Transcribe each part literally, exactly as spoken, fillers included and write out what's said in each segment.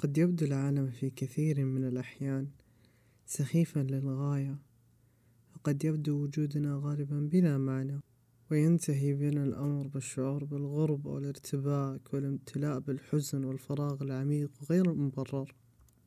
قد يبدو العالم في كثير من الأحيان سخيفا للغاية، وقد يبدو وجودنا غالبا بلا معنى، وينتهي بنا الأمر بالشعور بالغربة والارتباك والامتلاء بالحزن والفراغ العميق غير المبرر.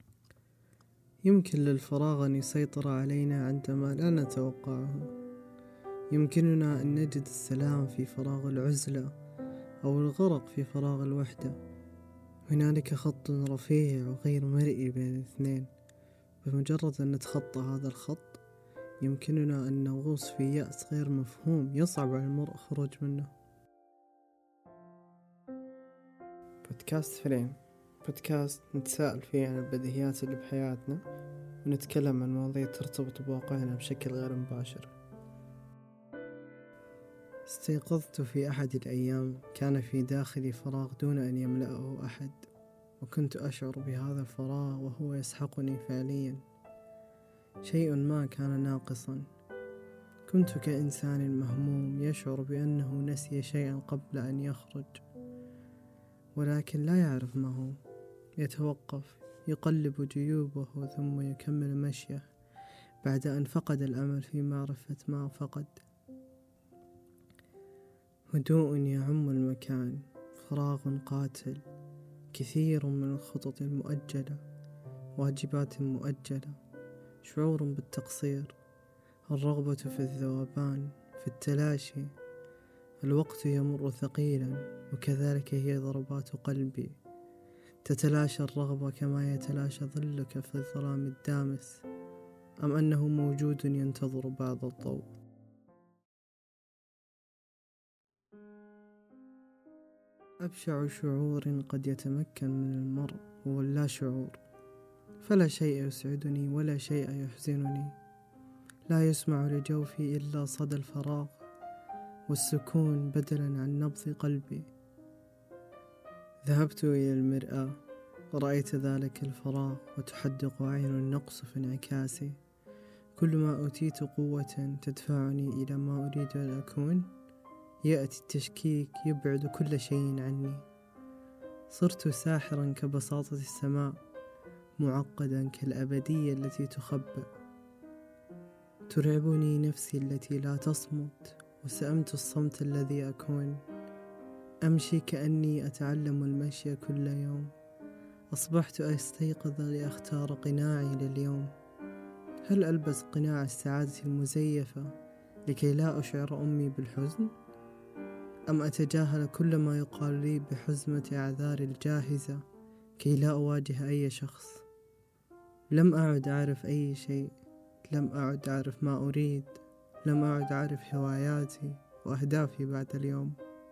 يمكن للفراغ أن يسيطر علينا عندما لا نتوقعه. يمكننا أن نجد السلام في فراغ العزلة أو الغرق في فراغ الوحدة. هنالك خط رفيع وغير مرئي بين الاثنين، بمجرد أن نتخطى هذا الخط يمكننا أن نغوص في يأس غير مفهوم يصعب على المرء خروج منه. بودكاست فريم، بودكاست نتساءل فيه عن البديهيات اللي بحياتنا ونتكلم عن مواضيع ترتبط بواقعنا بشكل غير مباشر. استيقظت في أحد الأيام كان في داخلي فراغ دون أن يملأه أحد، وكنت أشعر بهذا الفراغ وهو يسحقني فعليا. شيء ما كان ناقصا. كنت كإنسان مهموم يشعر بأنه نسي شيئا قبل أن يخرج، ولكن لا يعرف ما هو. يتوقف، يقلب جيوبه ثم يكمل مشيه بعد أن فقد الأمل في معرفة ما فقد. هدوء يعم المكان، فراغ قاتل، كثير من الخطط المؤجلة، واجبات مؤجلة، شعور بالتقصير، الرغبة في الذوبان، في التلاشي. الوقت يمر ثقيلا، وكذلك هي ضربات قلبي. تتلاشى الرغبة كما يتلاشى ظلك في الظلام الدامس، أم أنه موجود ينتظر بعض الضوء. أبشع شعور قد يتمكن من المرء هو اللا شعور. فلا شيء يسعدني ولا شيء يحزنني. لا يسمع لجوفي إلا صدى الفراغ والسكون بدلا عن نبض قلبي. ذهبت إلى المرآة ورأيت ذلك الفراغ وتحدق عين النقص في انعكاسي. كل ما أوتيت قوة تدفعني إلى ما أريد أن أكون، يأتي التشكيك يبعد كل شيء عني. صرت ساحرا كبساطة السماء، معقدا كالأبدية التي تخبئ. ترعبني نفسي التي لا تصمت، وسأمت الصمت الذي أكون. أمشي كأني أتعلم المشي كل يوم. أصبحت أستيقظ لأختار قناعي لليوم. هل ألبس قناع السعادة المزيفة لكي لا أشعر أمي بالحزن؟ أم أتجاهل كل ما يقال لي بحزمة أعذار الجاهزة كي لا أواجه أي شخص؟ لم أعد أعرف أي شيء. لم أعد أعرف ما أريد. لم أعد أعرف هواياتي وأهدافي بعد اليوم.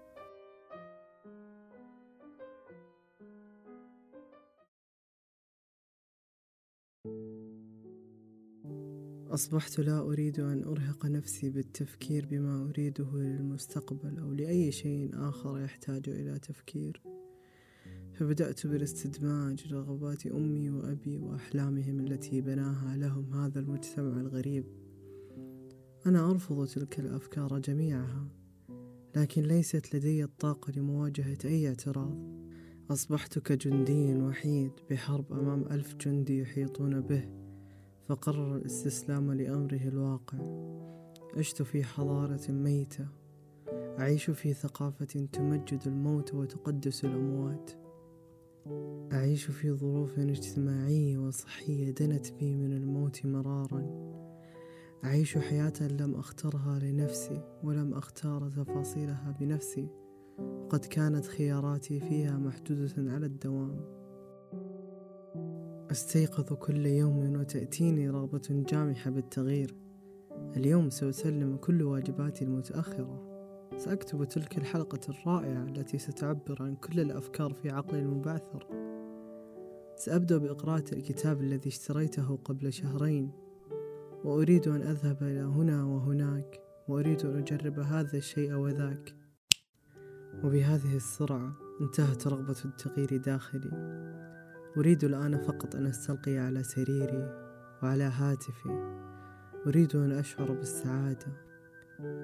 أصبحت لا أريد أن أرهق نفسي بالتفكير بما أريده للمستقبل أو لأي شيء آخر يحتاج إلى تفكير. فبدأت بالاستدماج رغبات أمي وأبي وأحلامهم التي بناها لهم هذا المجتمع الغريب. أنا أرفض تلك الأفكار جميعها، لكن ليست لدي الطاقة لمواجهة أي اعتراض. أصبحت كجندي وحيد بحرب أمام ألف جندي يحيطون به، فقرر الاستسلام لأمره الواقع. عشت في حضارة ميتة، أعيش في ثقافة تمجد الموت وتقدس الأموات. أعيش في ظروف اجتماعية وصحية دنت بي من الموت مرارا. أعيش حياة لم أخترها لنفسي ولم أختار تفاصيلها بنفسي، وقد كانت خياراتي فيها محدودة على الدوام. أستيقظ كل يوم وتأتيني رغبة جامحة بالتغيير. اليوم سأسلم كل واجباتي المتأخرة. سأكتب تلك الحلقة الرائعة التي ستعبر عن كل الأفكار في عقلي المبعثر. سأبدأ بقراءة الكتاب الذي اشتريته قبل شهرين، وأريد أن أذهب إلى هنا وهناك، وأريد أن أجرب هذا الشيء وذاك. وبهذه السرعة انتهت رغبة التغيير داخلي. أريد الآن فقط أن أستلقي على سريري وعلى هاتفي. أريد أن أشعر بالسعادة.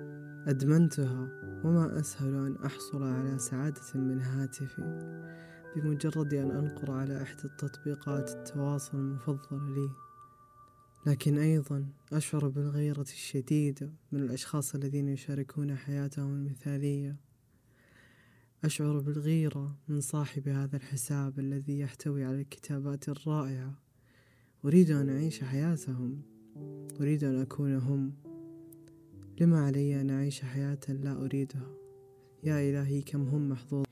أدمنتها، وما أسهل أن أحصل على سعادة من هاتفي. بمجرد أن أنقر على إحدى التطبيقات التواصل المفضلة لي. لكن أيضا أشعر بالغيرة الشديدة من الأشخاص الذين يشاركون حياتهم المثالية. أشعر بالغيرة من صاحب هذا الحساب الذي يحتوي على الكتابات الرائعة. أريد أن أعيش حياتهم، أريد أن أكون هم. لما علي أن أعيش حياة لا أريدها؟ يا إلهي كم هم محظوظ.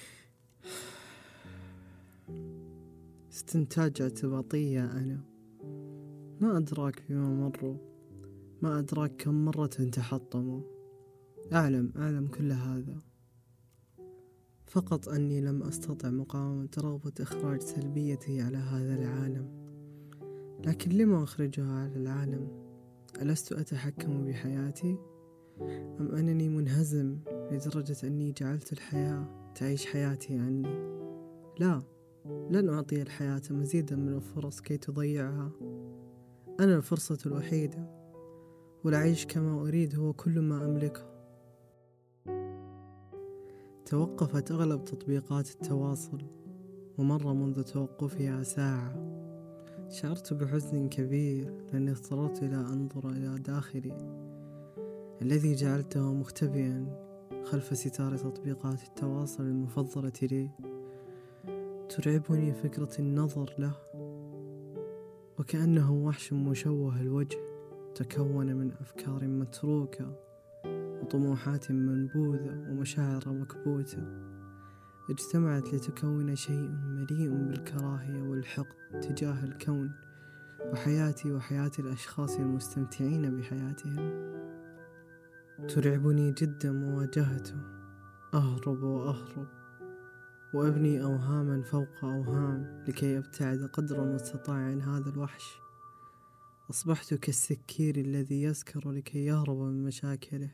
استنتاج اعتباطية أنا، ما أدراك بما مروا، ما أدراك كم مرة تحطموا. أعلم أعلم كل هذا، فقط أني لم أستطع مقاومة رغبة إخراج سلبيتي على هذا العالم. لكن لما أخرجها على العالم؟ ألست أتحكم بحياتي؟ أم أنني منهزم لدرجة أني جعلت الحياة تعيش حياتي عني؟ لا، لن أعطي الحياة مزيدا من الفرص كي تضيعها. أنا الفرصة الوحيدة، والعيش كما أريد هو كل ما أملكه. توقفت أغلب تطبيقات التواصل، ومر منذ توقفها ساعة. شعرت بحزن كبير لأني اضطررت إلى أنظر إلى داخلي الذي جعلته مختبئا خلف ستار تطبيقات التواصل المفضلة لي. ترعبني فكرة النظر له، وكأنه وحش مشوه الوجه تكون من أفكار متروكة وطموحات منبوذة ومشاعر مكبوتة اجتمعت لتكون شيء مليء بالكراهية والحقد تجاه الكون وحياتي وحياة الأشخاص المستمتعين بحياتهم. ترعبني جدا مواجهته. أهرب وأهرب وأبني أوهاما فوق أوهام لكي أبتعد قدر المستطاع عن هذا الوحش. أصبحت كالسكير الذي يسكر لكي يهرب من مشاكله.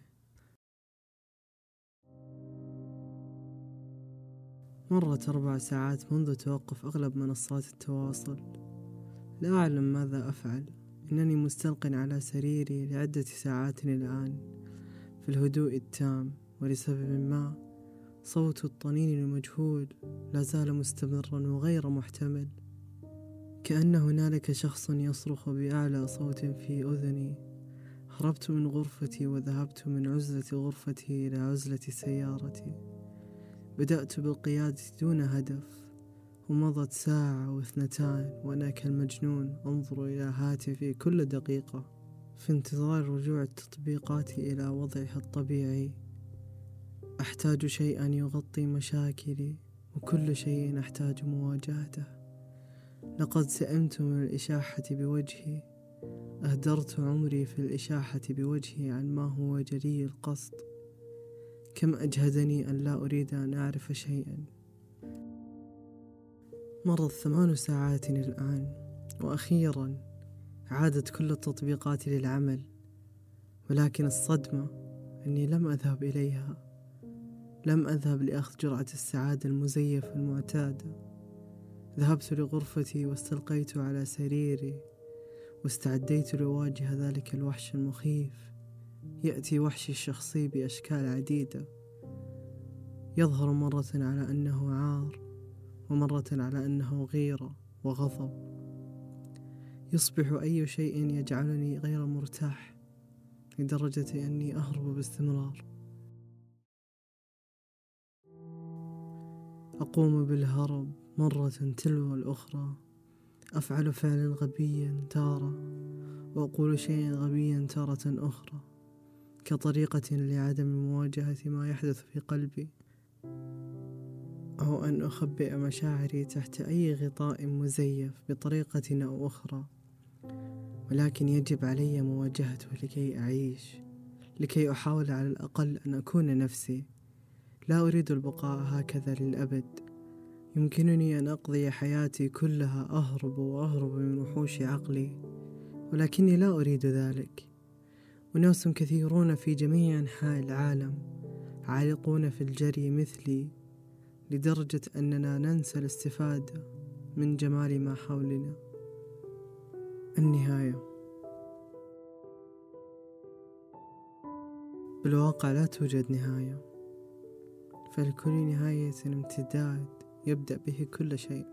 مرت أربع ساعات منذ توقف أغلب منصات التواصل. لا أعلم ماذا أفعل. إنني مستلق على سريري لعدة ساعات الآن في الهدوء التام، ولسبب ما صوت الطنين المجهول لا زال مستمرا وغير محتمل. كأن هنالك شخص يصرخ بأعلى صوت في أذني. هربت من غرفتي وذهبت من عزلة غرفتي إلى عزلة سيارتي. بدأت بالقيادة دون هدف، ومضت ساعة واثنتان وأنا كالمجنون أنظر إلى هاتفي كل دقيقة في انتظار رجوع التطبيقات إلى وضعها الطبيعي. أحتاج شيئا يغطي مشاكلي، وكل شيء أحتاج مواجهته. لقد سئمت من الإشاحة بوجهي. أهدرت عمري في الإشاحة بوجهي عن ما هو جلي القصد. كم أجهدني أن لا أريد أن أعرف شيئا. مرت ثمان ساعات الآن، وأخيرا عادت كل التطبيقات للعمل. ولكن الصدمة أني لم أذهب إليها. لم أذهب لأخذ جرعة السعادة المزيفة المعتادة. ذهبت لغرفتي واستلقيت على سريري واستعديت لأواجه ذلك الوحش المخيف. يأتي وحشي الشخصي بأشكال عديدة. يظهر مرة على أنه عار، ومرة على أنه غيرة وغضب. يصبح أي شيء يجعلني غير مرتاح لدرجة أني أهرب باستمرار. أقوم بالهرب مرة تلو الأخرى. أفعل فعلا غبيا تارة، وأقول شيئا غبيا تارة أخرى، كطريقة لعدم مواجهة ما يحدث في قلبي، أو أن أخبئ مشاعري تحت أي غطاء مزيف بطريقة أو أخرى. ولكن يجب علي مواجهته لكي أعيش، لكي أحاول على الأقل أن أكون نفسي. لا أريد البقاء هكذا للأبد. يمكنني أن أقضي حياتي كلها أهرب وأهرب من وحوش عقلي، ولكني لا أريد ذلك. وناس كثيرون في جميع أنحاء العالم عالقون في الجري مثلي، لدرجة أننا ننسى الاستفادة من جمال ما حولنا. النهاية. بالواقع لا توجد نهاية، فلكل نهاية امتداد يبدأ به كل شيء.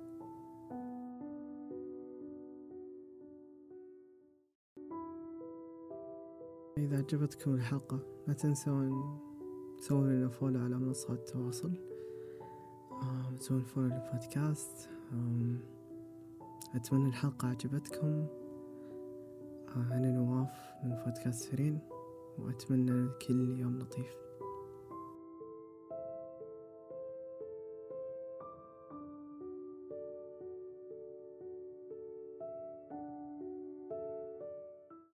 إذا عجبتكم الحلقة لا تنسوا تسوون لنا فولو على منصات التواصل، تسوون فولو للبودكاست. أتمنى الحلقة عجبتكم. أنا نواف من بودكاست فرين، وأتمنى كل يوم لطيف.